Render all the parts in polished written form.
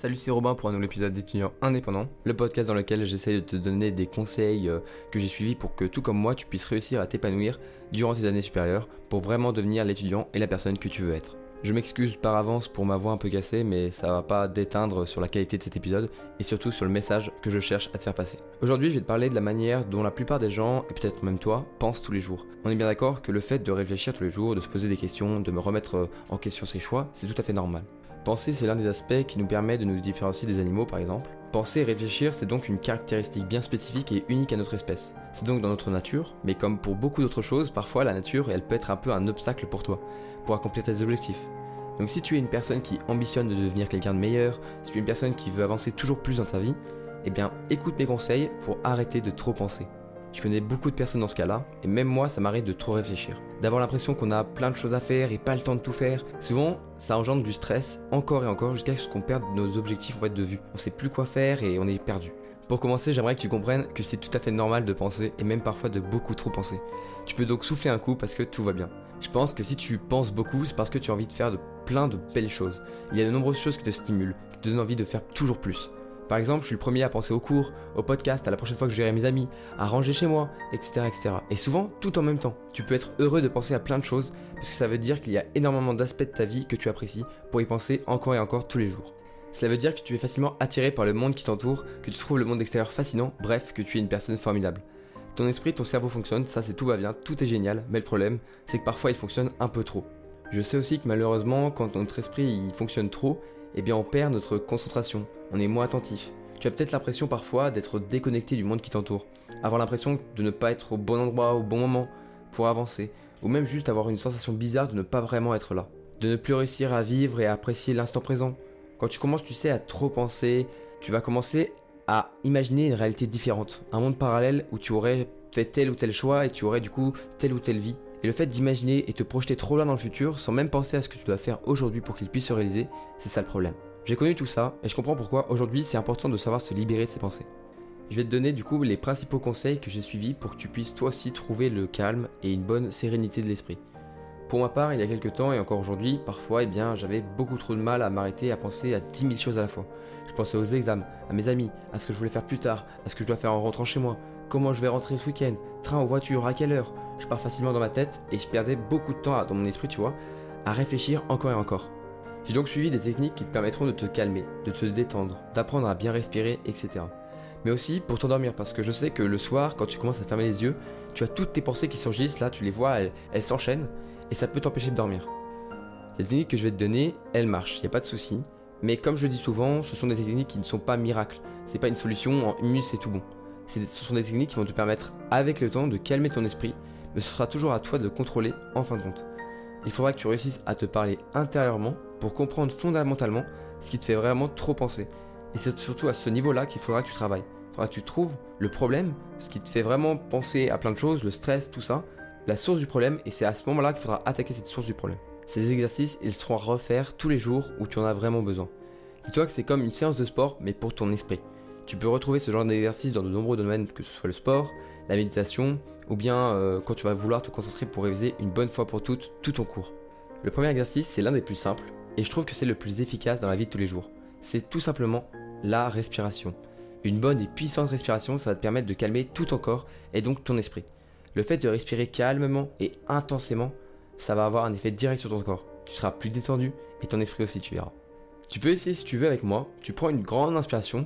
Salut, c'est Robin pour un nouvel épisode d'étudiant indépendant, le podcast dans lequel j'essaie de te donner des conseils que j'ai suivis pour que tout comme moi tu puisses réussir à t'épanouir durant tes années supérieures pour vraiment devenir l'étudiant et la personne que tu veux être. Je m'excuse par avance pour ma voix un peu cassée, mais ça va pas déteindre sur la qualité de cet épisode et surtout sur le message que je cherche à te faire passer. Aujourd'hui, je vais te parler de la manière dont la plupart des gens, et peut-être même toi, pensent tous les jours. On est bien d'accord que le fait de réfléchir tous les jours, de se poser des questions, de me remettre en question ses choix, c'est tout à fait normal. Penser, c'est l'un des aspects qui nous permet de nous différencier des animaux, par exemple. Penser et réfléchir, c'est donc une caractéristique bien spécifique et unique à notre espèce. C'est donc dans notre nature, mais comme pour beaucoup d'autres choses, parfois la nature, elle peut être un peu un obstacle pour toi, pour accomplir tes objectifs. Donc si tu es une personne qui ambitionne de devenir quelqu'un de meilleur, si tu es une personne qui veut avancer toujours plus dans ta vie, eh bien écoute mes conseils pour arrêter de trop penser. Je connais beaucoup de personnes dans ce cas-là, et même moi ça m'arrive de trop réfléchir. D'avoir l'impression qu'on a plein de choses à faire et pas le temps de tout faire. Souvent, ça engendre du stress, encore et encore, jusqu'à ce qu'on perde nos objectifs de vue. On sait plus quoi faire et on est perdu. Pour commencer, j'aimerais que tu comprennes que c'est tout à fait normal de penser, et même parfois de beaucoup trop penser. Tu peux donc souffler un coup parce que tout va bien. Je pense que si tu penses beaucoup, c'est parce que tu as envie de faire plein de belles choses. Il y a de nombreuses choses qui te stimulent, qui te donnent envie de faire toujours plus. Par exemple, je suis le premier à penser aux cours, au podcast, à la prochaine fois que je verrai mes amis, à ranger chez moi, etc., etc. Et souvent, tout en même temps. Tu peux être heureux de penser à plein de choses, parce que ça veut dire qu'il y a énormément d'aspects de ta vie que tu apprécies pour y penser encore et encore tous les jours. Cela veut dire que tu es facilement attiré par le monde qui t'entoure, que tu trouves le monde extérieur fascinant, bref, que tu es une personne formidable. Ton esprit, ton cerveau fonctionne, ça c'est tout va bien, tout est génial, mais le problème, c'est que parfois il fonctionne un peu trop. Je sais aussi que malheureusement, quand notre esprit il fonctionne trop, eh bien on perd notre concentration, on est moins attentif. Tu as peut-être l'impression parfois d'être déconnecté du monde qui t'entoure, avoir l'impression de ne pas être au bon endroit au bon moment pour avancer, ou même juste avoir une sensation bizarre de ne pas vraiment être là, de ne plus réussir à vivre et à apprécier l'instant présent. Quand tu commences, tu sais, à trop penser, tu vas commencer à imaginer une réalité différente, un monde parallèle où tu aurais fait tel ou tel choix et tu aurais du coup telle ou telle vie. Et le fait d'imaginer et te projeter trop loin dans le futur sans même penser à ce que tu dois faire aujourd'hui pour qu'il puisse se réaliser, c'est ça le problème. J'ai connu tout ça et je comprends pourquoi aujourd'hui c'est important de savoir se libérer de ses pensées. Je vais te donner du coup les principaux conseils que j'ai suivis pour que tu puisses toi aussi trouver le calme et une bonne sérénité de l'esprit. Pour ma part, il y a quelques temps et encore aujourd'hui, parfois j'avais beaucoup trop de mal à m'arrêter à penser à 10 000 choses à la fois. Je pensais aux examens, à mes amis, à ce que je voulais faire plus tard, à ce que je dois faire en rentrant chez moi, comment je vais rentrer ce week-end, train ou voiture, à quelle heure. Je pars facilement dans ma tête et je perdais beaucoup de temps dans mon esprit, tu vois, à réfléchir encore et encore. J'ai donc suivi des techniques qui te permettront de te calmer, de te détendre, d'apprendre à bien respirer, etc. Mais aussi pour t'endormir, parce que je sais que le soir, quand tu commences à fermer les yeux, tu as toutes tes pensées qui surgissent, là tu les vois, elles s'enchaînent, et ça peut t'empêcher de dormir. Les techniques que je vais te donner, elles marchent, il n'y a pas de souci, mais comme je le dis souvent, ce sont des techniques qui ne sont pas miracles, c'est pas une solution en une minute c'est tout bon. Ce sont des techniques qui vont te permettre avec le temps de calmer ton esprit, mais ce sera toujours à toi de le contrôler en fin de compte. Il faudra que tu réussisses à te parler intérieurement pour comprendre fondamentalement ce qui te fait vraiment trop penser. Et c'est surtout à ce niveau-là qu'il faudra que tu travailles. Il faudra que tu trouves le problème, ce qui te fait vraiment penser à plein de choses, le stress, tout ça, la source du problème, et c'est à ce moment-là qu'il faudra attaquer cette source du problème. Ces exercices, ils seront à refaire tous les jours où tu en as vraiment besoin. Dis-toi que c'est comme une séance de sport, mais pour ton esprit. Tu peux retrouver ce genre d'exercice dans de nombreux domaines, que ce soit le sport, la méditation, ou bien quand tu vas vouloir te concentrer pour réviser une bonne fois pour toutes tout ton cours. Le premier exercice, c'est l'un des plus simples, et je trouve que c'est le plus efficace dans la vie de tous les jours. C'est tout simplement la respiration. Une bonne et puissante respiration, ça va te permettre de calmer tout ton corps et donc ton esprit. Le fait de respirer calmement et intensément, ça va avoir un effet direct sur ton corps. Tu seras plus détendu et ton esprit aussi, tu verras. Tu peux essayer si tu veux avec moi. Tu prends une grande inspiration,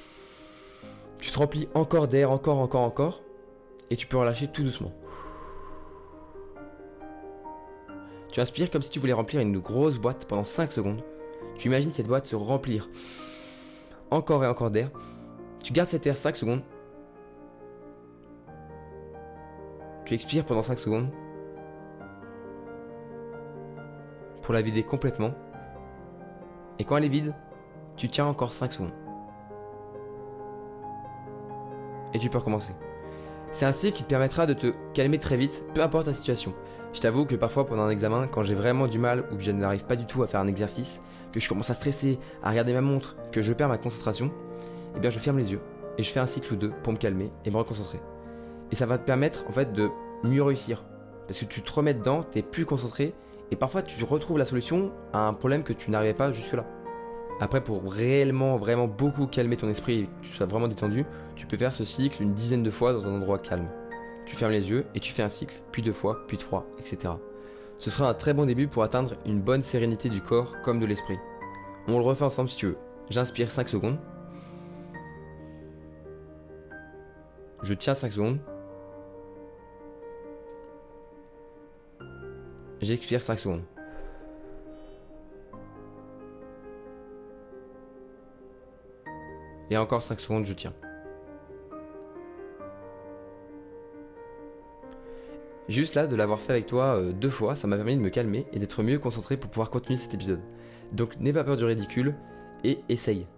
tu te remplis encore d'air, encore, et tu peux relâcher tout doucement. Tu inspires comme si tu voulais remplir une grosse boîte pendant 5 secondes. Tu imagines cette boîte se remplir encore et encore d'air. Tu gardes cet air 5 secondes. Tu expires pendant 5 secondes pour la vider complètement. Et quand elle est vide, tu tiens encore 5 secondes. Et tu peux recommencer. C'est un cycle qui te permettra de te calmer très vite, peu importe la situation. Je t'avoue que parfois pendant un examen, quand j'ai vraiment du mal ou que je n'arrive pas du tout à faire un exercice, que je commence à stresser, à regarder ma montre, que je perds ma concentration, eh bien je ferme les yeux et je fais un cycle ou deux pour me calmer et me reconcentrer. Et ça va te permettre en fait de mieux réussir. Parce que tu te remets dedans, tu es plus concentré et parfois tu retrouves la solution à un problème que tu n'arrivais pas jusque-là. Après, pour réellement, vraiment beaucoup calmer ton esprit et que tu sois vraiment détendu, tu peux faire ce cycle une dizaine de fois dans un endroit calme. Tu fermes les yeux et tu fais un cycle, puis 2 fois, puis 3, etc. Ce sera un très bon début pour atteindre une bonne sérénité du corps comme de l'esprit. On le refait ensemble si tu veux. J'inspire 5 secondes. Je tiens 5 secondes. J'expire 5 secondes. Et encore 5 secondes, je tiens. Juste là, de l'avoir fait avec toi 2 fois, ça m'a permis de me calmer et d'être mieux concentré pour pouvoir continuer cet épisode. Donc n'aie pas peur du ridicule et essaye.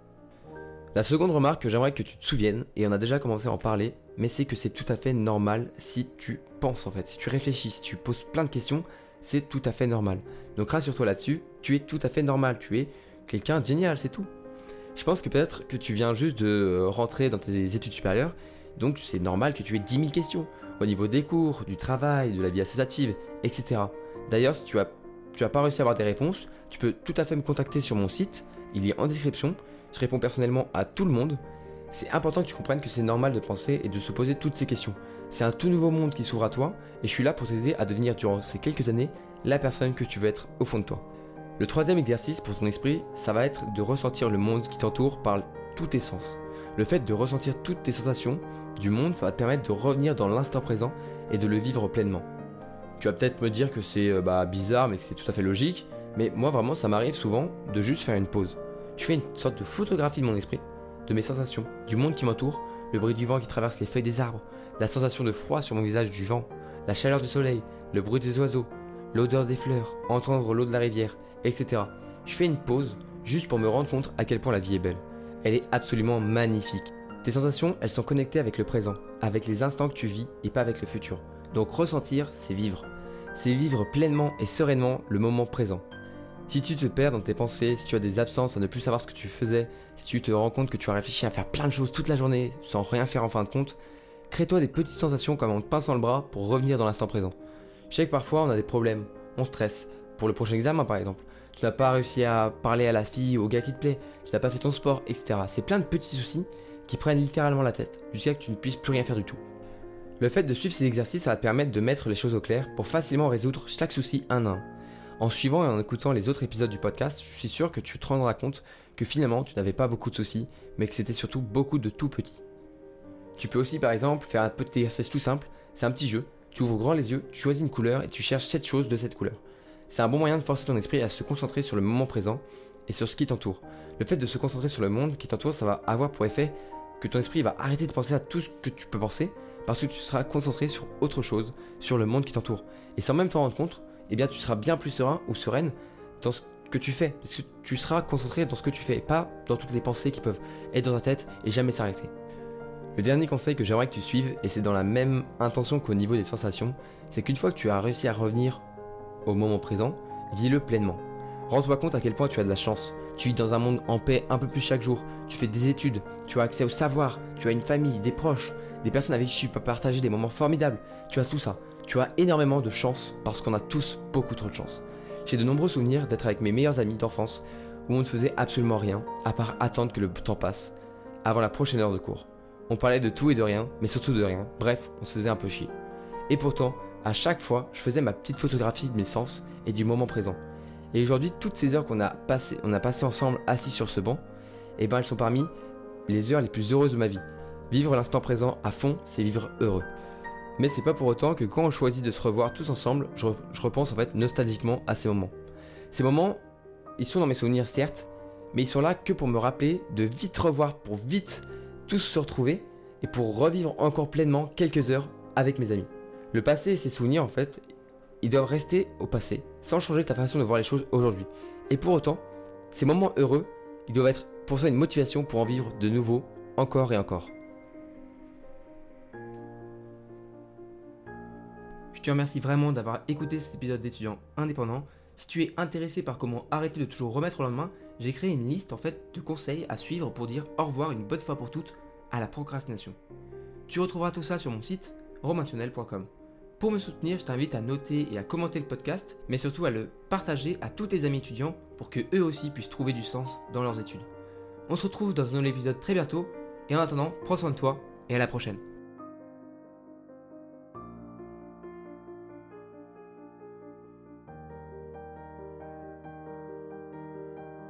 La seconde remarque que j'aimerais que tu te souviennes, et on a déjà commencé à en parler, mais c'est que c'est tout à fait normal si tu penses en fait, si tu réfléchis, si tu poses plein de questions, c'est tout à fait normal. Donc rassure-toi là-dessus, tu es tout à fait normal, tu es quelqu'un de génial, c'est tout. Je pense que peut-être que tu viens juste de rentrer dans tes études supérieures, donc c'est normal que tu aies 10 000 questions au niveau des cours, du travail, de la vie associative, etc. D'ailleurs, si tu as pas réussi à avoir des réponses, tu peux tout à fait me contacter sur mon site, il est en description, je réponds personnellement à tout le monde. C'est important que tu comprennes que c'est normal de penser et de se poser toutes ces questions. C'est un tout nouveau monde qui s'ouvre à toi et je suis là pour t'aider à devenir durant ces quelques années la personne que tu veux être au fond de toi. Le troisième exercice pour ton esprit, ça va être de ressentir le monde qui t'entoure par tous tes sens. Le fait de ressentir toutes tes sensations du monde, ça va te permettre de revenir dans l'instant présent et de le vivre pleinement. Tu vas peut-être me dire que c'est bizarre mais que c'est tout à fait logique, mais moi vraiment ça m'arrive souvent de juste faire une pause. Je fais une sorte de photographie de mon esprit, de mes sensations, du monde qui m'entoure, le bruit du vent qui traverse les feuilles des arbres, la sensation de froid sur mon visage du vent, la chaleur du soleil, le bruit des oiseaux, l'odeur des fleurs, entendre l'eau de la rivière, etc. Je fais une pause juste pour me rendre compte à quel point la vie est belle. Elle est absolument magnifique. Tes sensations, elles sont connectées avec le présent, avec les instants que tu vis et pas avec le futur. Donc ressentir, c'est vivre. C'est vivre pleinement et sereinement le moment présent. Si tu te perds dans tes pensées, si tu as des absences à ne plus savoir ce que tu faisais, si tu te rends compte que tu as réfléchi à faire plein de choses toute la journée sans rien faire en fin de compte, crée-toi des petites sensations comme en te pinçant le bras pour revenir dans l'instant présent. Je sais que parfois on a des problèmes, on stresse, pour le prochain examen par exemple. Tu n'as pas réussi à parler à la fille ou au gars qui te plaît, tu n'as pas fait ton sport, etc. C'est plein de petits soucis qui prennent littéralement la tête, jusqu'à ce que tu ne puisses plus rien faire du tout. Le fait de suivre ces exercices, ça va te permettre de mettre les choses au clair pour facilement résoudre chaque souci un à un. En suivant et en écoutant les autres épisodes du podcast, je suis sûr que tu te rendras compte que finalement tu n'avais pas beaucoup de soucis, mais que c'était surtout beaucoup de tout petits. Tu peux aussi par exemple faire un petit exercice tout simple, c'est un petit jeu, tu ouvres grand les yeux, tu choisis une couleur et tu cherches 7 choses de cette couleur. C'est un bon moyen de forcer ton esprit à se concentrer sur le moment présent et sur ce qui t'entoure. Le fait de se concentrer sur le monde qui t'entoure, ça va avoir pour effet que ton esprit va arrêter de penser à tout ce que tu peux penser parce que tu seras concentré sur autre chose, sur le monde qui t'entoure. Et sans même t'en rendre compte, eh bien tu seras bien plus serein ou sereine dans ce que tu fais. Parce que tu seras concentré dans ce que tu fais, pas dans toutes les pensées qui peuvent être dans ta tête et jamais s'arrêter. Le dernier conseil que j'aimerais que tu suives, et c'est dans la même intention qu'au niveau des sensations, c'est qu'une fois que tu as réussi à revenir au moment présent, vis-le pleinement. Rends-toi compte à quel point tu as de la chance. Tu vis dans un monde en paix un peu plus chaque jour. Tu fais des études, tu as accès au savoir, tu as une famille, des proches, des personnes avec qui tu peux partager des moments formidables. Tu as tout ça. Tu as énormément de chance parce qu'on a tous beaucoup trop de chance. J'ai de nombreux souvenirs d'être avec mes meilleurs amis d'enfance où on ne faisait absolument rien à part attendre que le temps passe avant la prochaine heure de cours. On parlait de tout et de rien, mais surtout de rien. Bref, on se faisait un peu chier. Et pourtant, à chaque fois, je faisais ma petite photographie de mes sens et du moment présent. Et aujourd'hui, toutes ces heures qu'on a passées ensemble assis sur ce banc, elles sont parmi les heures les plus heureuses de ma vie. Vivre l'instant présent à fond, c'est vivre heureux. Mais c'est pas pour autant que quand on choisit de se revoir tous ensemble, je repense en fait nostalgiquement à ces moments. Ces moments, ils sont dans mes souvenirs certes, mais ils sont là que pour me rappeler de vite revoir, pour vite tous se retrouver et pour revivre encore pleinement quelques heures avec mes amis. Le passé et ses souvenirs en fait, ils doivent rester au passé, sans changer ta façon de voir les choses aujourd'hui. Et pour autant, ces moments heureux, ils doivent être pour toi une motivation pour en vivre de nouveau, encore et encore. Je te remercie vraiment d'avoir écouté cet épisode d'étudiant indépendant. Si tu es intéressé par comment arrêter de toujours remettre au lendemain, j'ai créé une liste en fait de conseils à suivre pour dire au revoir une bonne fois pour toutes à la procrastination. Tu retrouveras tout ça sur mon site romaintionel.com. Pour me soutenir, je t'invite à noter et à commenter le podcast, mais surtout à le partager à tous tes amis étudiants pour que eux aussi puissent trouver du sens dans leurs études. On se retrouve dans un nouvel épisode très bientôt, et en attendant, prends soin de toi et à la prochaine.